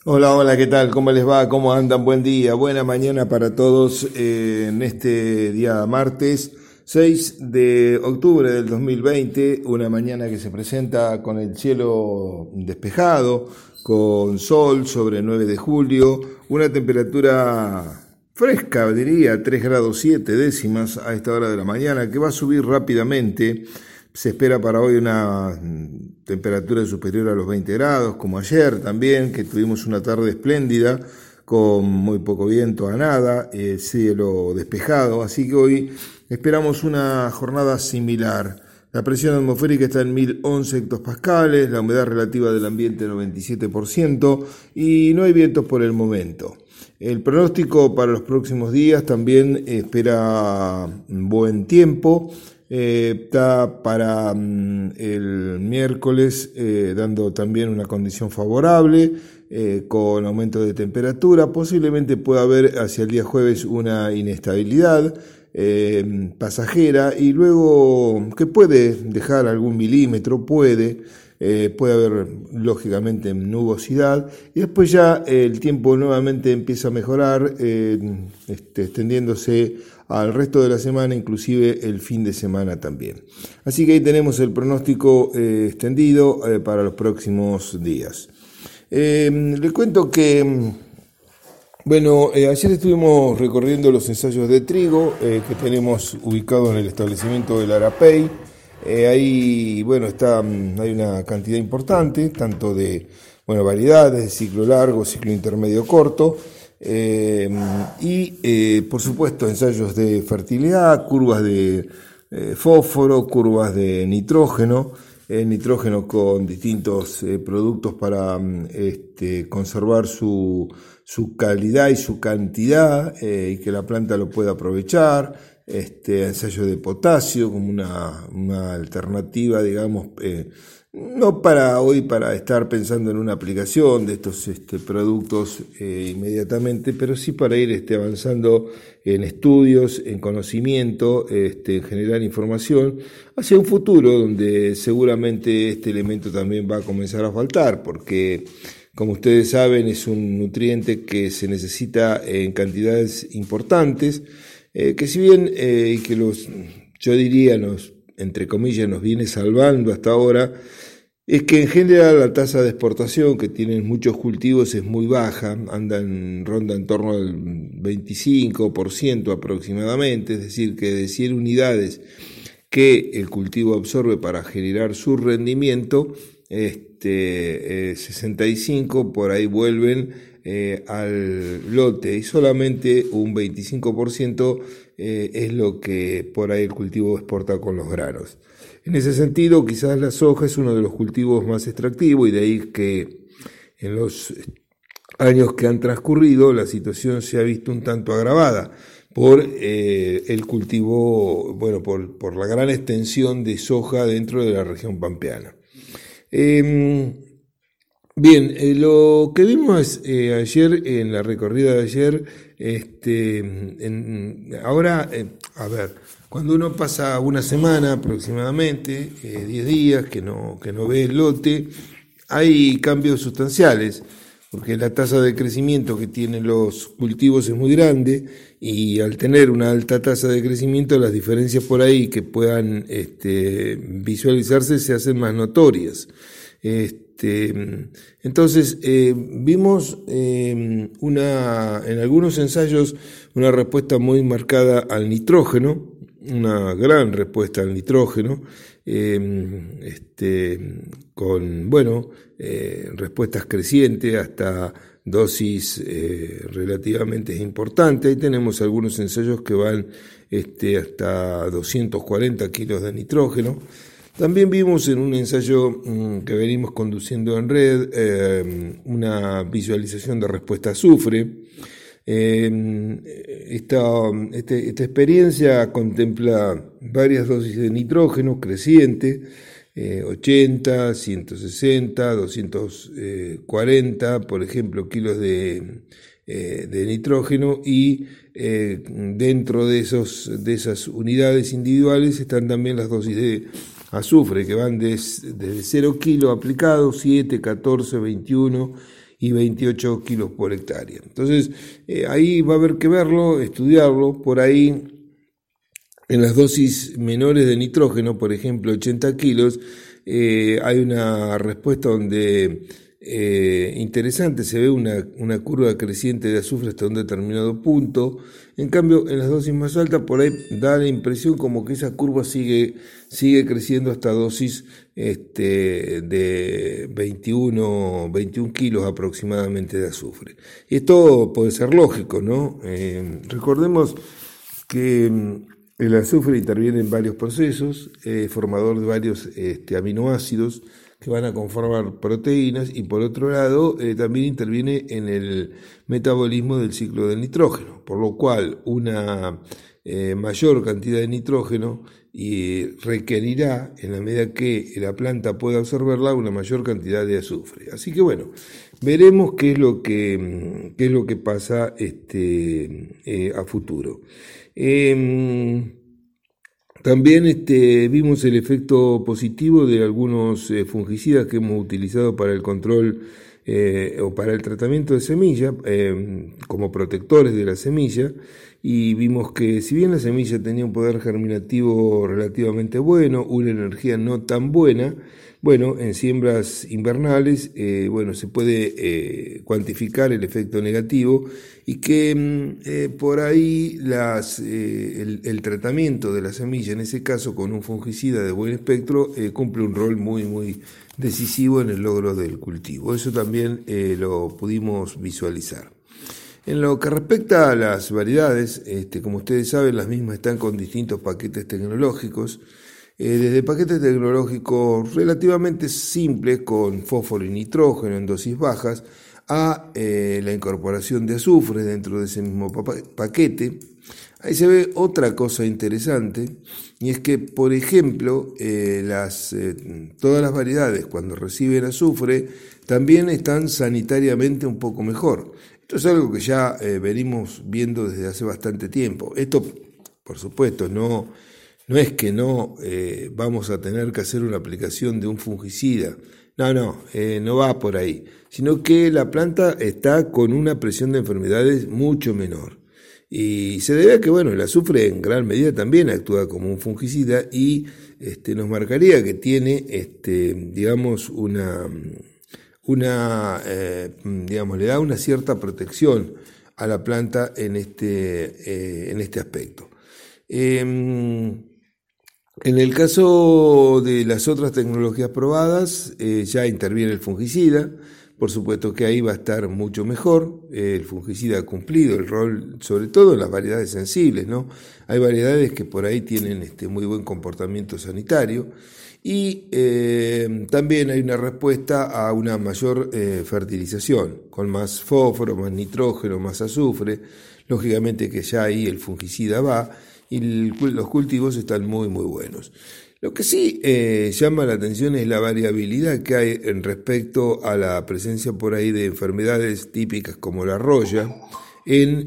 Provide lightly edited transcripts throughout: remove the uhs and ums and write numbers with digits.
Hola, hola, ¿qué tal? ¿Cómo les va? ¿Cómo andan? Buen día, buena mañana para todos en este día martes 6 de octubre del 2020, una mañana que se presenta con el cielo despejado, con sol sobre 9 de julio, una temperatura fresca, diría, 3 grados 7 décimas a esta hora de la mañana, que va a subir rápidamente. Se espera para hoy una temperatura superior a los 20 grados, como ayer también, que tuvimos una tarde espléndida, con muy poco viento a nada, cielo despejado, así que hoy esperamos una jornada similar. La presión atmosférica está en 1011 hectopascales, la humedad relativa del ambiente 97% y no hay vientos por el momento. El pronóstico para los próximos días también espera buen tiempo. Está para el miércoles dando también una condición favorable con aumento de temperatura. Posiblemente pueda haber hacia el día jueves una inestabilidad pasajera y luego que puede dejar algún milímetro, puede haber lógicamente nubosidad y después ya el tiempo nuevamente empieza a mejorar extendiéndose al resto de la semana, inclusive el fin de semana también. Así que ahí tenemos el pronóstico extendido para los próximos días. Le cuento que ayer estuvimos recorriendo los ensayos de trigo que tenemos ubicados en el establecimiento del Arapey. Ahí, hay una cantidad importante, tanto de variedades, de ciclo largo, ciclo intermedio corto, por supuesto ensayos de fertilidad, curvas de fósforo, curvas de nitrógeno con distintos productos para conservar su calidad y su cantidad y que la planta lo pueda aprovechar. Ensayo de potasio como una alternativa, digamos, no para hoy para estar pensando en una aplicación de estos productos inmediatamente, pero sí para ir avanzando en estudios, en conocimiento, en generar información hacia un futuro donde seguramente este elemento también va a comenzar a faltar, porque como ustedes saben es un nutriente que se necesita en cantidades importantes, que si bien yo diría entre comillas nos viene salvando hasta ahora, es que en general la tasa de exportación que tienen muchos cultivos es muy baja, ronda en torno al 25% aproximadamente, es decir que de 100 unidades que el cultivo absorbe para generar su rendimiento, 65 por ahí vuelven al lote y solamente un 25% es lo que por ahí el cultivo exporta con los granos. En ese sentido, quizás la soja es uno de los cultivos más extractivos y de ahí que en los años que han transcurrido la situación se ha visto un tanto agravada por el cultivo, por la gran extensión de soja dentro de la región pampeana. Lo que vimos ayer en la recorrida de ayer, cuando uno pasa una semana aproximadamente, 10 días que no ve el lote, hay cambios sustanciales, porque la tasa de crecimiento que tienen los cultivos es muy grande y al tener una alta tasa de crecimiento las diferencias por ahí que puedan visualizarse se hacen más notorias. Entonces vimos en algunos ensayos una respuesta muy marcada al nitrógeno, una gran respuesta al nitrógeno, con respuestas crecientes hasta dosis relativamente importantes. Ahí tenemos algunos ensayos que van hasta 240 kilos de nitrógeno. También vimos en un ensayo que venimos conduciendo en red una visualización de respuesta a azufre. Esta experiencia contempla varias dosis de nitrógeno creciente, 80, 160, 240, por ejemplo, kilos de nitrógeno y dentro de esas unidades individuales están también las dosis de azufre que van desde 0 kilos aplicados, 7, 14, 21 y 28 kilos por hectárea. Entonces, ahí va a haber que verlo, estudiarlo. Por ahí, en las dosis menores de nitrógeno, por ejemplo, 80 kilos, hay una respuesta donde interesante, se ve una curva creciente de azufre hasta un determinado punto. En cambio, en las dosis más altas, por ahí da la impresión como que esa curva sigue creciendo hasta dosis de 21 kilos aproximadamente de azufre. Y esto puede ser lógico, ¿no? Recordemos que el azufre interviene en varios procesos, formador de varios aminoácidos que van a conformar proteínas, y por otro lado también interviene en el metabolismo del ciclo del nitrógeno, por lo cual una mayor cantidad de nitrógeno requerirá, en la medida que la planta pueda absorberla, una mayor cantidad de azufre. Así que bueno, veremos qué es lo que pasa a futuro. También vimos el efecto positivo de algunos fungicidas que hemos utilizado para el control o para el tratamiento de semilla, como protectores de la semilla, y vimos que si bien la semilla tenía un poder germinativo relativamente bueno, una energía no tan buena, bueno, en siembras invernales, se puede cuantificar el efecto negativo, y que por ahí el tratamiento de la semilla, en ese caso con un fungicida de buen espectro, cumple un rol muy, muy decisivo en el logro del cultivo. Eso también lo pudimos visualizar. En lo que respecta a las variedades, como ustedes saben, las mismas están con distintos paquetes tecnológicos. Desde paquetes tecnológicos relativamente simples con fósforo y nitrógeno en dosis bajas a la incorporación de azufre dentro de ese mismo paquete. Ahí se ve otra cosa interesante, y es que, por ejemplo, todas las variedades cuando reciben azufre también están sanitariamente un poco mejor. Esto es algo que ya venimos viendo desde hace bastante tiempo. Esto, por supuesto, no es que no vamos a tener que hacer una aplicación de un fungicida. No va por ahí, sino que la planta está con una presión de enfermedades mucho menor. Y se debe a que, el azufre en gran medida también actúa como un fungicida, y nos marcaría que tiene, le da una cierta protección a la planta en este aspecto. En el caso de las otras tecnologías probadas, ya interviene el fungicida. Por supuesto que ahí va a estar mucho mejor. El fungicida ha cumplido el rol, sobre todo en las variedades sensibles, ¿no? Hay variedades que por ahí tienen muy buen comportamiento sanitario, y también hay una respuesta a una mayor fertilización, con más fósforo, más nitrógeno, más azufre. Lógicamente que ya ahí el fungicida va, y los cultivos están muy, muy buenos. Lo que sí llama la atención es la variabilidad que hay en respecto a la presencia por ahí de enfermedades típicas como la roya en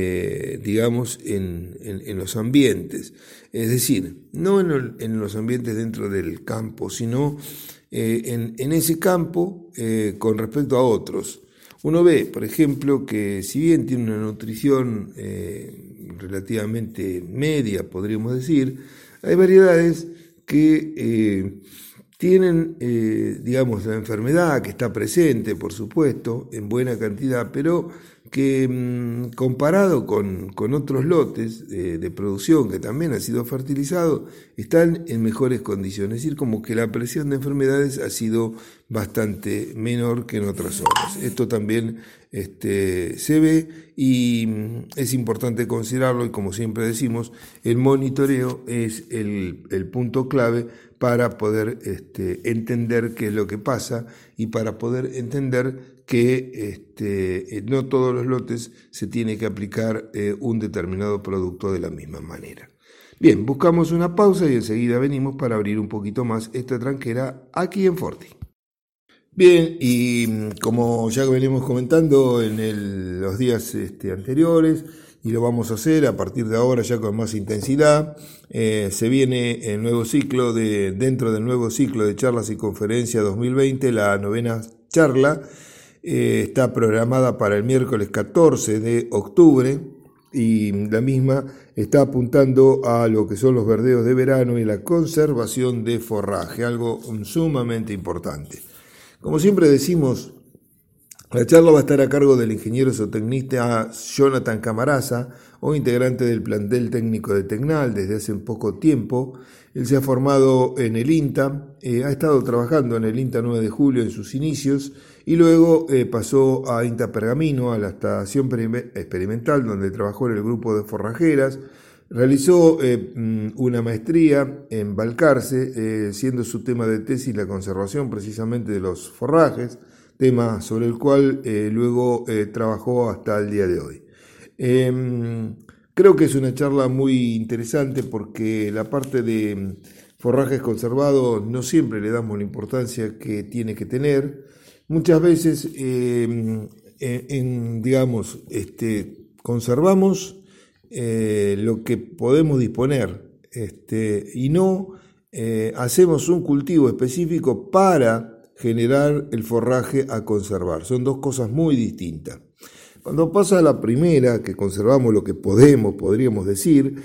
los ambientes. Es decir, no en los ambientes dentro del campo, sino en ese campo con respecto a otros. Uno ve, por ejemplo, que si bien tiene una nutrición relativamente media, podríamos decir, hay variedades que tienen, la enfermedad que está presente, por supuesto, en buena cantidad, pero que comparado con otros lotes de producción que también han sido fertilizados, están en mejores condiciones. Es decir, como que la presión de enfermedades ha sido bastante menor que en otras zonas. Esto también se ve, y es importante considerarlo, y como siempre decimos, el monitoreo es el punto clave para poder entender qué es lo que pasa, y para poder entender que no todos los lotes se tiene que aplicar un determinado producto de la misma manera. Bien, buscamos una pausa y enseguida venimos para abrir un poquito más esta tranquera aquí en Forti. Bien, y como ya venimos comentando en los días anteriores, y lo vamos a hacer a partir de ahora ya con más intensidad, se viene el nuevo ciclo dentro del nuevo ciclo de charlas y conferencias 2020, la 9ª charla, está programada para el miércoles 14 de octubre y la misma está apuntando a lo que son los verdeos de verano y la conservación de forraje, algo sumamente importante. Como siempre decimos, la charla va a estar a cargo del ingeniero zootecnista Jonathan Camarasa, hoy integrante del plantel técnico de Tecnal desde hace poco tiempo. Él se ha formado en el INTA, ha estado trabajando en el INTA 9 de julio en sus inicios y luego pasó a INTA Pergamino, a la estación experimental donde trabajó en el grupo de forrajeras. Realizó una maestría en Balcarce, siendo su tema de tesis la conservación precisamente de los forrajes, tema sobre el cual luego trabajó hasta el día de hoy. Creo que es una charla muy interesante porque la parte de forrajes conservados no siempre le damos la importancia que tiene que tener. Muchas veces, conservamos lo que podemos disponer y no hacemos un cultivo específico para generar el forraje a conservar. Son dos cosas muy distintas. Cuando pasa a la primera, que conservamos lo que podríamos decir,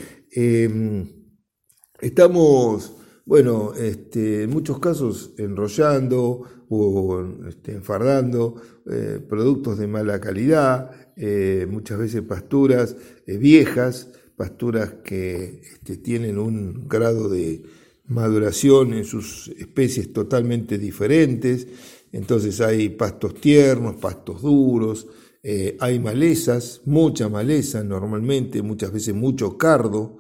estamos, en muchos casos enrollando o enfardando productos de mala calidad, muchas veces pasturas viejas, pasturas que tienen un grado de maduración en sus especies totalmente diferentes. Entonces hay pastos tiernos, pastos duros, hay malezas, mucha maleza normalmente, muchas veces mucho cardo,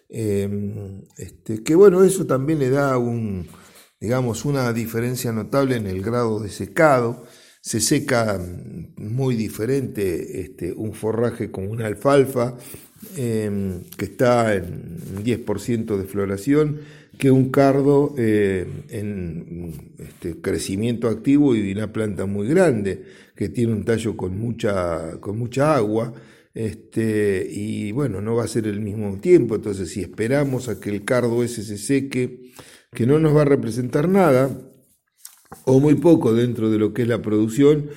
eso también le da una diferencia notable en el grado de secado. Se seca muy diferente un forraje con una alfalfa que está en 10% de floración que un cardo en crecimiento activo y una planta muy grande que tiene un tallo con mucha agua no va a ser el mismo tiempo. Entonces, si esperamos a que el cardo ese se seque, que no nos va a representar nada o muy poco dentro de lo que es la producción,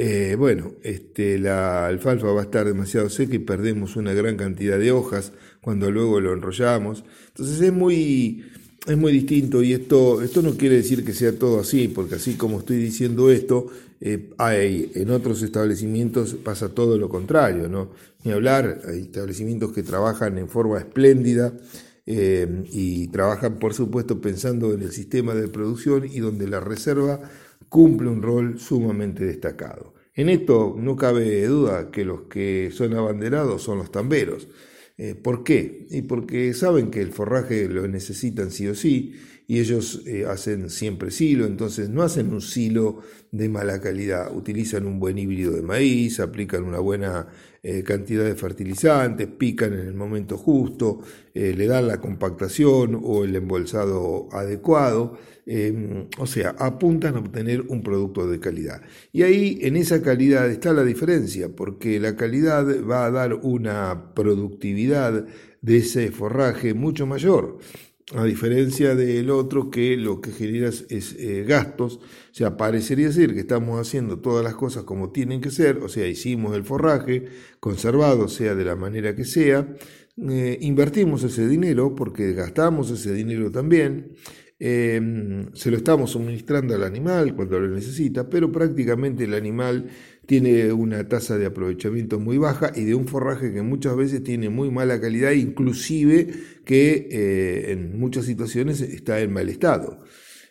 la alfalfa va a estar demasiado seca y perdemos una gran cantidad de hojas cuando luego lo enrollamos. Entonces es muy distinto, y esto no quiere decir que sea todo así, porque así como estoy diciendo esto, hay en otros establecimientos pasa todo lo contrario, ¿no? Ni hablar, hay establecimientos que trabajan en forma espléndida y trabajan, por supuesto, pensando en el sistema de producción y donde la reserva cumple un rol sumamente destacado. En esto no cabe duda que los que son abanderados son los tamberos. ¿Por qué? Y porque saben que el forraje lo necesitan sí o sí, y ellos hacen siempre silo, entonces no hacen un silo de mala calidad, utilizan un buen híbrido de maíz, aplican una buena cantidad de fertilizantes, pican en el momento justo, le dan la compactación o el embolsado adecuado, apuntan a obtener un producto de calidad. Y ahí en esa calidad está la diferencia, porque la calidad va a dar una productividad de ese forraje mucho mayor, a diferencia del otro que lo que genera es gastos. O sea, parecería ser que estamos haciendo todas las cosas como tienen que ser, o sea, hicimos el forraje conservado, sea de la manera que sea, invertimos ese dinero porque gastamos ese dinero también, se lo estamos suministrando al animal cuando lo necesita, pero prácticamente el animal tiene una tasa de aprovechamiento muy baja y de un forraje que muchas veces tiene muy mala calidad, inclusive que en muchas situaciones está en mal estado.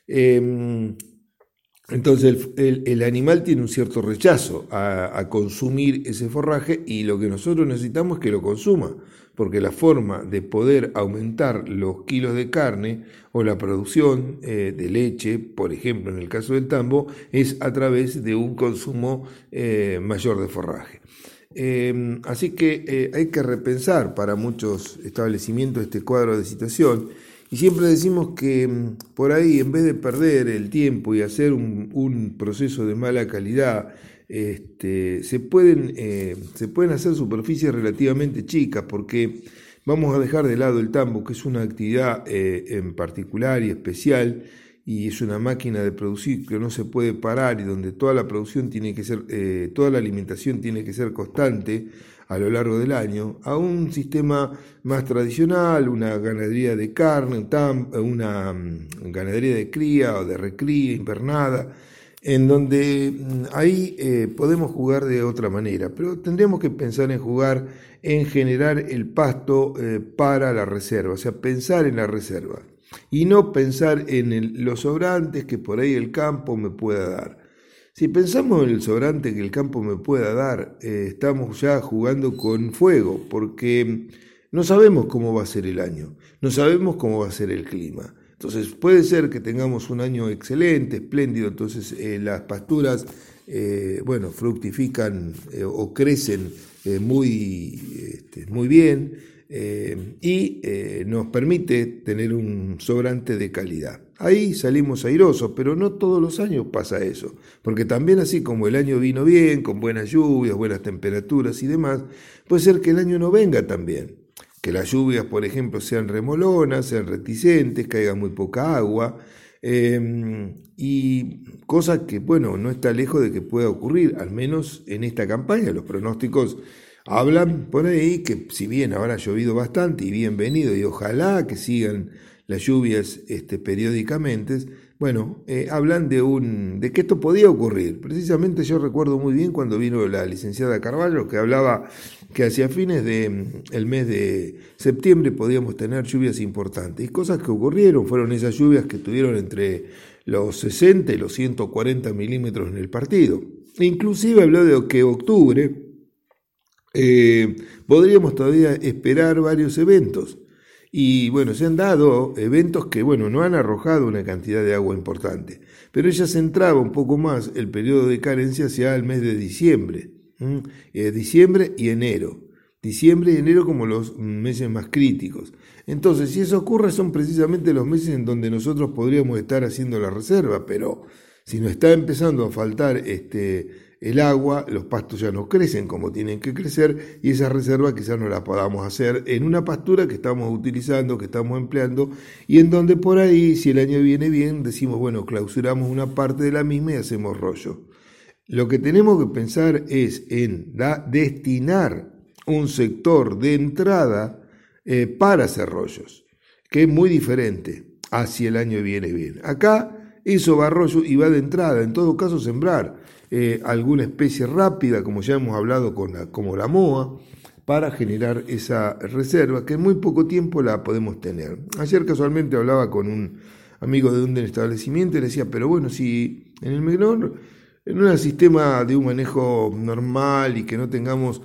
Entonces el animal tiene un cierto rechazo a consumir ese forraje, y lo que nosotros necesitamos es que lo consuma, porque la forma de poder aumentar los kilos de carne o la producción de leche, por ejemplo en el caso del tambo, es a través de un consumo mayor de forraje. Así que hay que repensar para muchos establecimientos este cuadro de situación. Y siempre decimos que por ahí, en vez de perder el tiempo y hacer un proceso de mala calidad, se pueden hacer superficies relativamente chicas, porque vamos a dejar de lado el tambo, que es una actividad en particular y especial, y es una máquina de producir que no se puede parar y donde toda la producción tiene que ser, toda la alimentación tiene que ser constante a lo largo del año, a un sistema más tradicional, una ganadería de carne, una ganadería de cría o de recría invernada, en donde ahí podemos jugar de otra manera, pero tendríamos que pensar en jugar en generar el pasto para la reserva, o sea, pensar en la reserva y no pensar en los sobrantes que por ahí el campo me pueda dar. Si pensamos en el sobrante que el campo me pueda dar, estamos ya jugando con fuego, porque no sabemos cómo va a ser el año, no sabemos cómo va a ser el clima. Entonces puede ser que tengamos un año excelente, espléndido, entonces las pasturas fructifican o crecen muy bien y nos permite tener un sobrante de calidad. Ahí salimos airosos, pero no todos los años pasa eso, porque también así como el año vino bien, con buenas lluvias, buenas temperaturas y demás, puede ser que el año no venga tan bien. Que las lluvias, por ejemplo, sean remolonas, sean reticentes, caiga muy poca agua, y cosa que, no está lejos de que pueda ocurrir, al menos en esta campaña. Los pronósticos hablan por ahí que si bien habrá llovido bastante y bienvenido, y ojalá que sigan las lluvias periódicamente, hablan de que esto podía ocurrir. Precisamente yo recuerdo muy bien cuando vino la licenciada Carvalho, que hablaba que hacia fines del mes de septiembre podíamos tener lluvias importantes. Y cosas que ocurrieron fueron esas lluvias que tuvieron entre los 60 y los 140 milímetros en el partido. Inclusive habló de que octubre podríamos todavía esperar varios eventos. Y se han dado eventos que no han arrojado una cantidad de agua importante, pero ya se entraba un poco más el periodo de carencia hacia el mes de diciembre, diciembre y enero como los meses más críticos. Entonces, si eso ocurre, son precisamente los meses en donde nosotros podríamos estar haciendo la reserva, pero si nos está empezando a faltar el agua, los pastos ya no crecen como tienen que crecer y esa reserva quizás no la podamos hacer en una pastura que estamos utilizando, que estamos empleando y en donde por ahí, si el año viene bien, decimos, clausuramos una parte de la misma y hacemos rollo. Lo que tenemos que pensar es en destinar un sector de entrada para hacer rollos, que es muy diferente a si el año viene bien. Acá eso va a rollo y va de entrada, en todo caso sembrar alguna especie rápida, como ya hemos hablado como la moa, para generar esa reserva que en muy poco tiempo la podemos tener. Ayer casualmente hablaba con un amigo de un establecimiento y le decía, pero si en el menor, en un sistema de un manejo normal y que no tengamos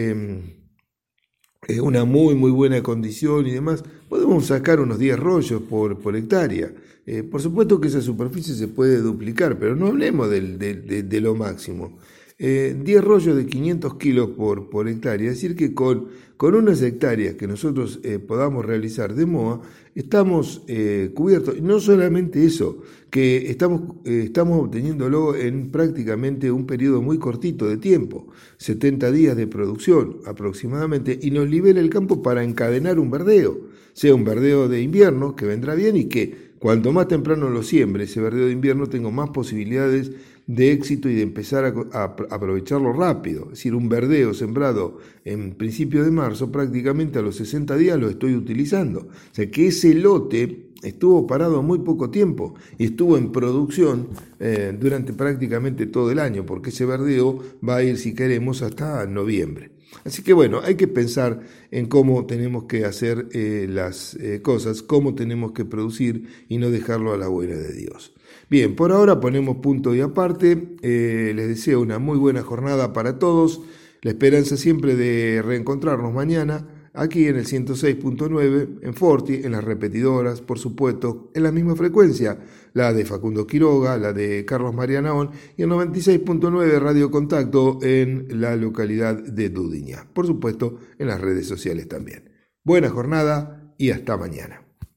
una muy buena condición y demás, podemos sacar unos 10 rollos por hectárea. Por supuesto que esa superficie se puede duplicar, pero no hablemos de lo máximo. 10 rollos de 500 kilos por hectárea, es decir que con unas hectáreas que nosotros podamos realizar de moa, estamos cubiertos. Y no solamente eso, que estamos obteniéndolo en prácticamente un periodo muy cortito de tiempo, 70 días de producción aproximadamente, y nos libera el campo para encadenar un verdeo, sea un verdeo de invierno que vendrá bien y que cuanto más temprano lo siembre, ese verdeo de invierno, tengo más posibilidades de éxito y de empezar a aprovecharlo rápido. Es decir, un verdeo sembrado en principio de marzo, prácticamente a los 60 días lo estoy utilizando. O sea que ese lote estuvo parado muy poco tiempo y estuvo en producción durante prácticamente todo el año, porque ese verdeo va a ir, si queremos, hasta noviembre. Así que hay que pensar en cómo tenemos que hacer las cosas, cómo tenemos que producir y no dejarlo a la buena de Dios. Bien, por ahora ponemos punto y aparte. Les deseo una muy buena jornada para todos. La esperanza siempre de reencontrarnos mañana aquí en el 106.9, en Forti, en las repetidoras, por supuesto, en la misma frecuencia, la de Facundo Quiroga, la de Carlos María Naón y el 96.9 Radio Contacto en la localidad de Dudiña. Por supuesto, en las redes sociales también. Buena jornada y hasta mañana.